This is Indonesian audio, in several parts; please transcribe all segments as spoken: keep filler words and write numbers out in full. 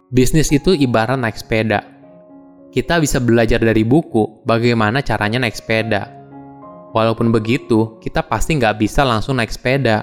Bisnis itu ibarat naik sepeda. Kita bisa belajar dari buku bagaimana caranya naik sepeda. Walaupun begitu, kita pasti nggak bisa langsung naik sepeda.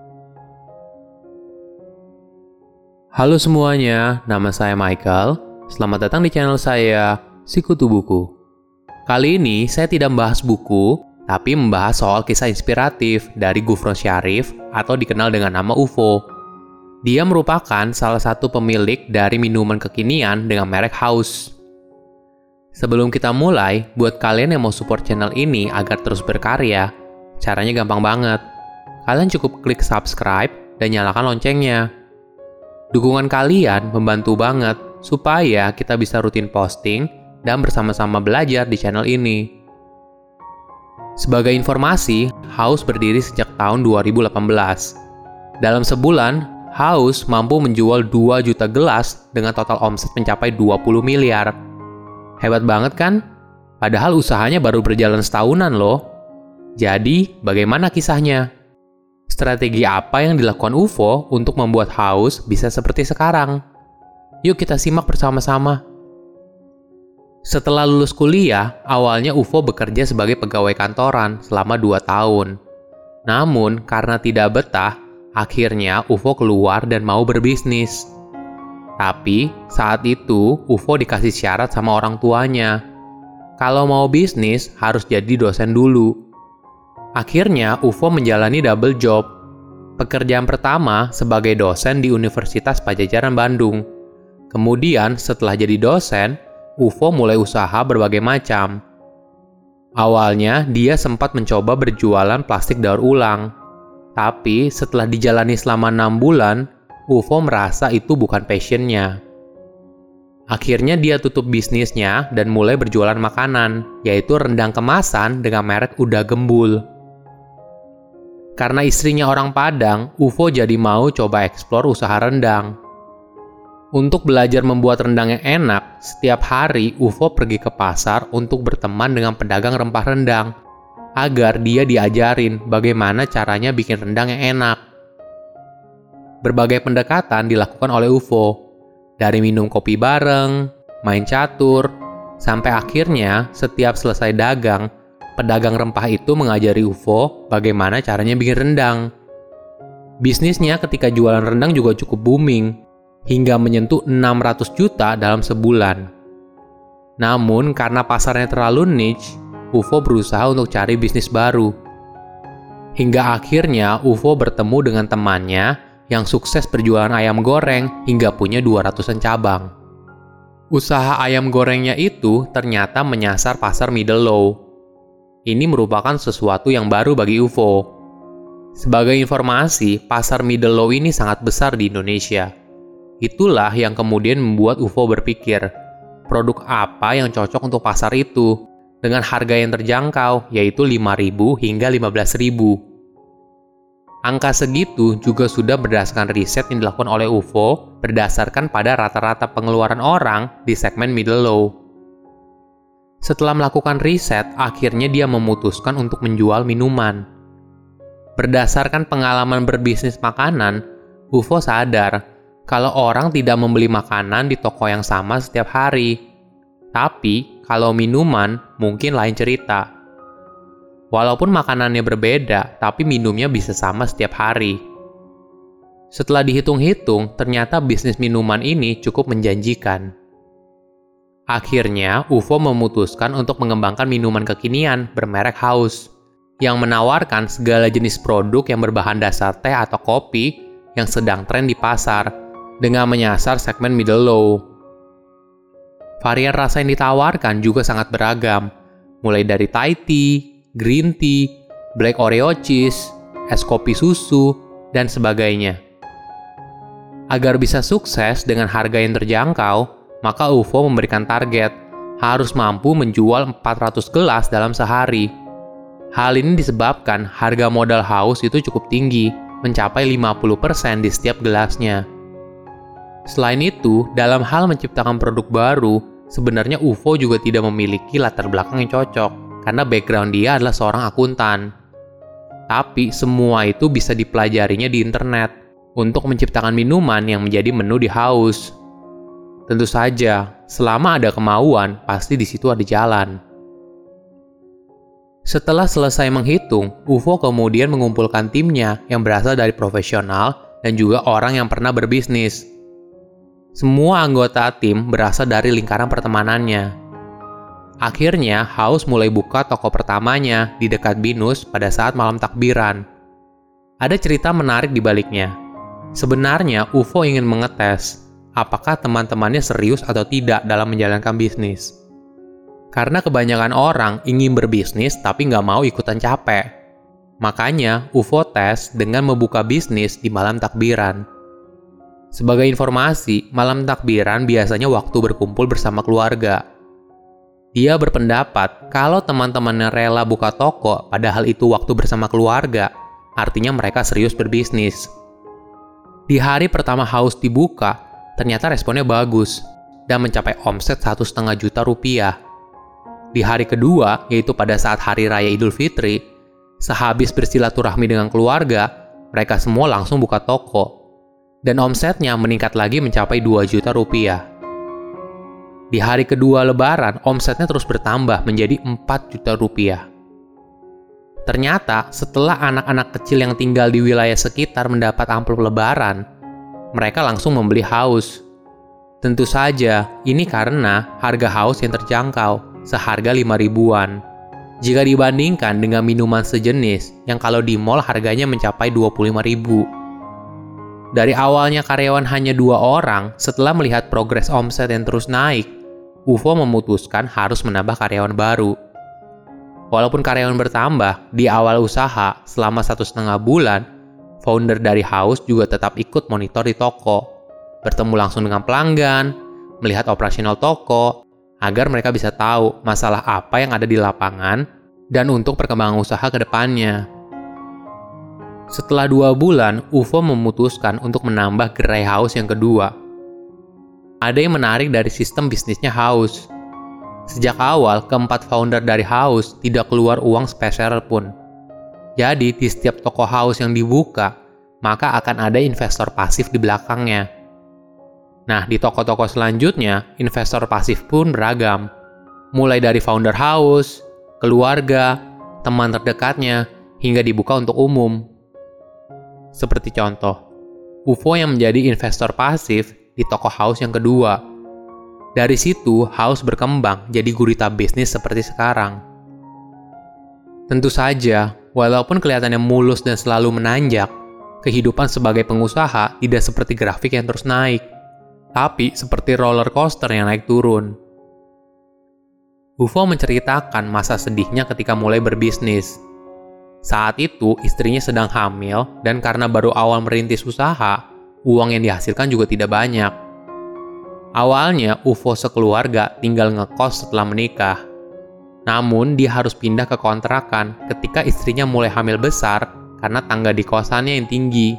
Halo semuanya, nama saya Michael. Selamat datang di channel saya, Sikutu Buku. Kali ini saya tidak membahas buku, tapi membahas soal kisah inspiratif dari Ghufran Syarif atau dikenal dengan nama U F O. Dia merupakan salah satu pemilik dari minuman kekinian dengan merek Haus. Sebelum kita mulai, buat kalian yang mau support channel ini agar terus berkarya, caranya gampang banget. Kalian cukup klik subscribe dan nyalakan loncengnya. Dukungan kalian membantu banget supaya kita bisa rutin posting dan bersama-sama belajar di channel ini. Sebagai informasi, Haus berdiri sejak tahun dua ribu delapan belas. Dalam sebulan, Haus mampu menjual dua juta gelas dengan total omset mencapai dua puluh miliar. Hebat banget kan? Padahal usahanya baru berjalan setahunan loh. Jadi, bagaimana kisahnya? Strategi apa yang dilakukan U F O untuk membuat Haus bisa seperti sekarang? Yuk kita simak bersama-sama. Setelah lulus kuliah, awalnya U F O bekerja sebagai pegawai kantoran selama dua tahun. Namun, karena tidak betah, akhirnya U F O keluar dan mau berbisnis. Tapi, saat itu U F O dikasih syarat sama orang tuanya. Kalau mau bisnis, harus jadi dosen dulu. Akhirnya, U F O menjalani double job. Pekerjaan pertama sebagai dosen di Universitas Padjadjaran Bandung. Kemudian, setelah jadi dosen, U F O mulai usaha berbagai macam. Awalnya, dia sempat mencoba berjualan plastik daur ulang. Tapi setelah dijalani selama enam bulan, U F O merasa itu bukan passion-nya. Akhirnya dia tutup bisnisnya dan mulai berjualan makanan, yaitu rendang kemasan dengan merek Uda Gembul. Karena istrinya orang Padang, U F O jadi mau coba eksplor usaha rendang. Untuk belajar membuat rendang yang enak, setiap hari U F O pergi ke pasar untuk berteman dengan pedagang rempah rendang, agar dia diajarin bagaimana caranya bikin rendang yang enak. Berbagai pendekatan dilakukan oleh U F O, dari minum kopi bareng, main catur, sampai akhirnya setiap selesai dagang, pedagang rempah itu mengajari U F O bagaimana caranya bikin rendang. Bisnisnya ketika jualan rendang juga cukup booming, hingga menyentuh enam ratus juta dalam sebulan. Namun karena pasarnya terlalu niche, U F O berusaha untuk cari bisnis baru. Hingga akhirnya U F O bertemu dengan temannya yang sukses berjualan ayam goreng hingga punya dua ratusan cabang. Usaha ayam gorengnya itu ternyata menyasar pasar middle low. Ini merupakan sesuatu yang baru bagi U F O. Sebagai informasi, pasar middle low ini sangat besar di Indonesia. Itulah yang kemudian membuat U F O berpikir, produk apa yang cocok untuk pasar itu? Dengan harga yang terjangkau, yaitu lima ribu hingga lima belas ribu. Angka segitu juga sudah berdasarkan riset yang dilakukan oleh U F O berdasarkan pada rata-rata pengeluaran orang di segmen middle low. Setelah melakukan riset, akhirnya dia memutuskan untuk menjual minuman. Berdasarkan pengalaman berbisnis makanan, U F O sadar kalau orang tidak membeli makanan di toko yang sama setiap hari. Tapi, kalau minuman, mungkin lain cerita. Walaupun makanannya berbeda, tapi minumnya bisa sama setiap hari. Setelah dihitung-hitung, ternyata bisnis minuman ini cukup menjanjikan. Akhirnya, U F O memutuskan untuk mengembangkan minuman kekinian bermerek Haus, yang menawarkan segala jenis produk yang berbahan dasar teh atau kopi yang sedang tren di pasar, dengan menyasar segmen middle low. Varian rasa yang ditawarkan juga sangat beragam, mulai dari Thai tea, green tea, black Oreo cheese, es kopi susu, dan sebagainya. Agar bisa sukses dengan harga yang terjangkau, maka U F O memberikan target, harus mampu menjual empat ratus gelas dalam sehari. Hal ini disebabkan harga modal Haus itu cukup tinggi, mencapai lima puluh persen di setiap gelasnya. Selain itu, dalam hal menciptakan produk baru, sebenarnya U F O juga tidak memiliki latar belakang yang cocok, karena background dia adalah seorang akuntan. Tapi semua itu bisa dipelajarinya di internet, untuk menciptakan minuman yang menjadi menu di Haus. Tentu saja, selama ada kemauan, pasti di situ ada jalan. Setelah selesai menghitung, U F O kemudian mengumpulkan timnya yang berasal dari profesional dan juga orang yang pernah berbisnis. Semua anggota tim berasal dari lingkaran pertemanannya. Akhirnya, House mulai buka toko pertamanya di dekat Binus pada saat malam takbiran. Ada cerita menarik di baliknya. Sebenarnya, U F O ingin mengetes apakah teman-temannya serius atau tidak dalam menjalankan bisnis. Karena kebanyakan orang ingin berbisnis tapi nggak mau ikutan capek. Makanya, U F O tes dengan membuka bisnis di malam takbiran. Sebagai informasi, malam takbiran biasanya waktu berkumpul bersama keluarga. Dia berpendapat kalau teman-temannya rela buka toko padahal itu waktu bersama keluarga, artinya mereka serius berbisnis. Di hari pertama House dibuka, ternyata responnya bagus dan mencapai omset satu setengah juta rupiah. Di hari kedua, yaitu pada saat Hari Raya Idul Fitri, sehabis bersilaturahmi dengan keluarga, mereka semua langsung buka toko. Dan omsetnya meningkat lagi mencapai dua juta rupiah. Di hari kedua Lebaran, omsetnya terus bertambah menjadi empat juta rupiah. Ternyata, setelah anak-anak kecil yang tinggal di wilayah sekitar mendapat amplop Lebaran, mereka langsung membeli House. Tentu saja, ini karena harga House yang terjangkau, seharga lima ribuan. Jika dibandingkan dengan minuman sejenis yang kalau di mall harganya mencapai dua puluh lima ribu. Dari awalnya karyawan hanya dua orang, setelah melihat progres omset yang terus naik, U F O memutuskan harus menambah karyawan baru. Walaupun karyawan bertambah, di awal usaha selama satu setengah bulan, founder dari House juga tetap ikut monitor di toko, bertemu langsung dengan pelanggan, melihat operasional toko, agar mereka bisa tahu masalah apa yang ada di lapangan dan untuk perkembangan usaha ke depannya. Setelah dua bulan, U F O memutuskan untuk menambah gerai House yang kedua. Ada yang menarik dari sistem bisnisnya House. Sejak awal, keempat founder dari House tidak keluar uang sepeser pun. Jadi, di setiap toko House yang dibuka, maka akan ada investor pasif di belakangnya. Nah, di toko-toko selanjutnya, investor pasif pun beragam. Mulai dari founder House, keluarga, teman terdekatnya, hingga dibuka untuk umum. Seperti contoh, U F O yang menjadi investor pasif di toko House yang kedua. Dari situ, House berkembang jadi gurita bisnis seperti sekarang. Tentu saja, walaupun kelihatannya mulus dan selalu menanjak, kehidupan sebagai pengusaha tidak seperti grafik yang terus naik, tapi seperti roller coaster yang naik turun. U F O menceritakan masa sedihnya ketika mulai berbisnis. Saat itu, istrinya sedang hamil, dan karena baru awal merintis usaha, uang yang dihasilkan juga tidak banyak. Awalnya, U F O sekeluarga tinggal ngekos setelah menikah. Namun, dia harus pindah ke kontrakan ketika istrinya mulai hamil besar karena tangga di kosannya yang tinggi.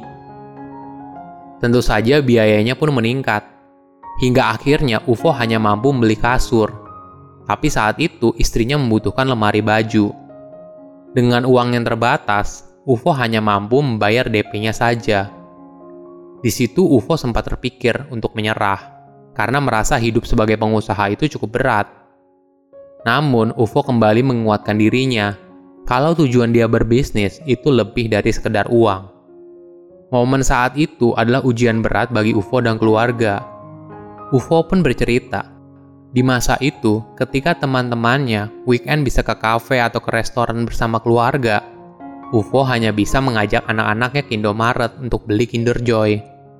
Tentu saja biayanya pun meningkat. Hingga akhirnya U F O hanya mampu membeli kasur. Tapi saat itu istrinya membutuhkan lemari baju. Dengan uang yang terbatas, U F O hanya mampu membayar D P-nya saja. Di situ U F O sempat terpikir untuk menyerah, karena merasa hidup sebagai pengusaha itu cukup berat. Namun, U F O kembali menguatkan dirinya, kalau tujuan dia berbisnis itu lebih dari sekedar uang. Momen saat itu adalah ujian berat bagi U F O dan keluarga. U F O pun bercerita, di masa itu, ketika teman-temannya weekend bisa ke kafe atau ke restoran bersama keluarga, U F O hanya bisa mengajak anak-anaknya ke Indomaret untuk beli Kinder Joy.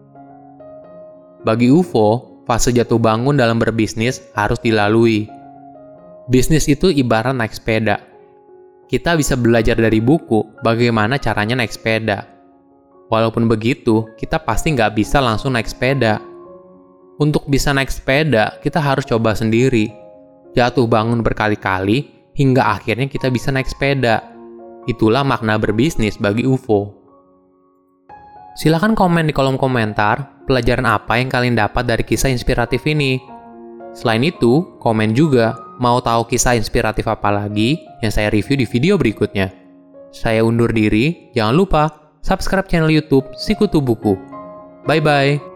Bagi U F O, fase jatuh bangun dalam berbisnis harus dilalui. Bisnis itu ibarat naik sepeda. Kita bisa belajar dari buku bagaimana caranya naik sepeda. Walaupun begitu, kita pasti nggak bisa langsung naik sepeda. Untuk bisa naik sepeda, kita harus coba sendiri. Jatuh bangun berkali-kali, hingga akhirnya kita bisa naik sepeda. Itulah makna berbisnis bagi U F O. Silahkan komen di kolom komentar, pelajaran apa yang kalian dapat dari kisah inspiratif ini. Selain itu, komen juga mau tahu kisah inspiratif apa lagi yang saya review di video berikutnya. Saya undur diri, jangan lupa subscribe channel YouTube Sikutu Buku. Bye-bye.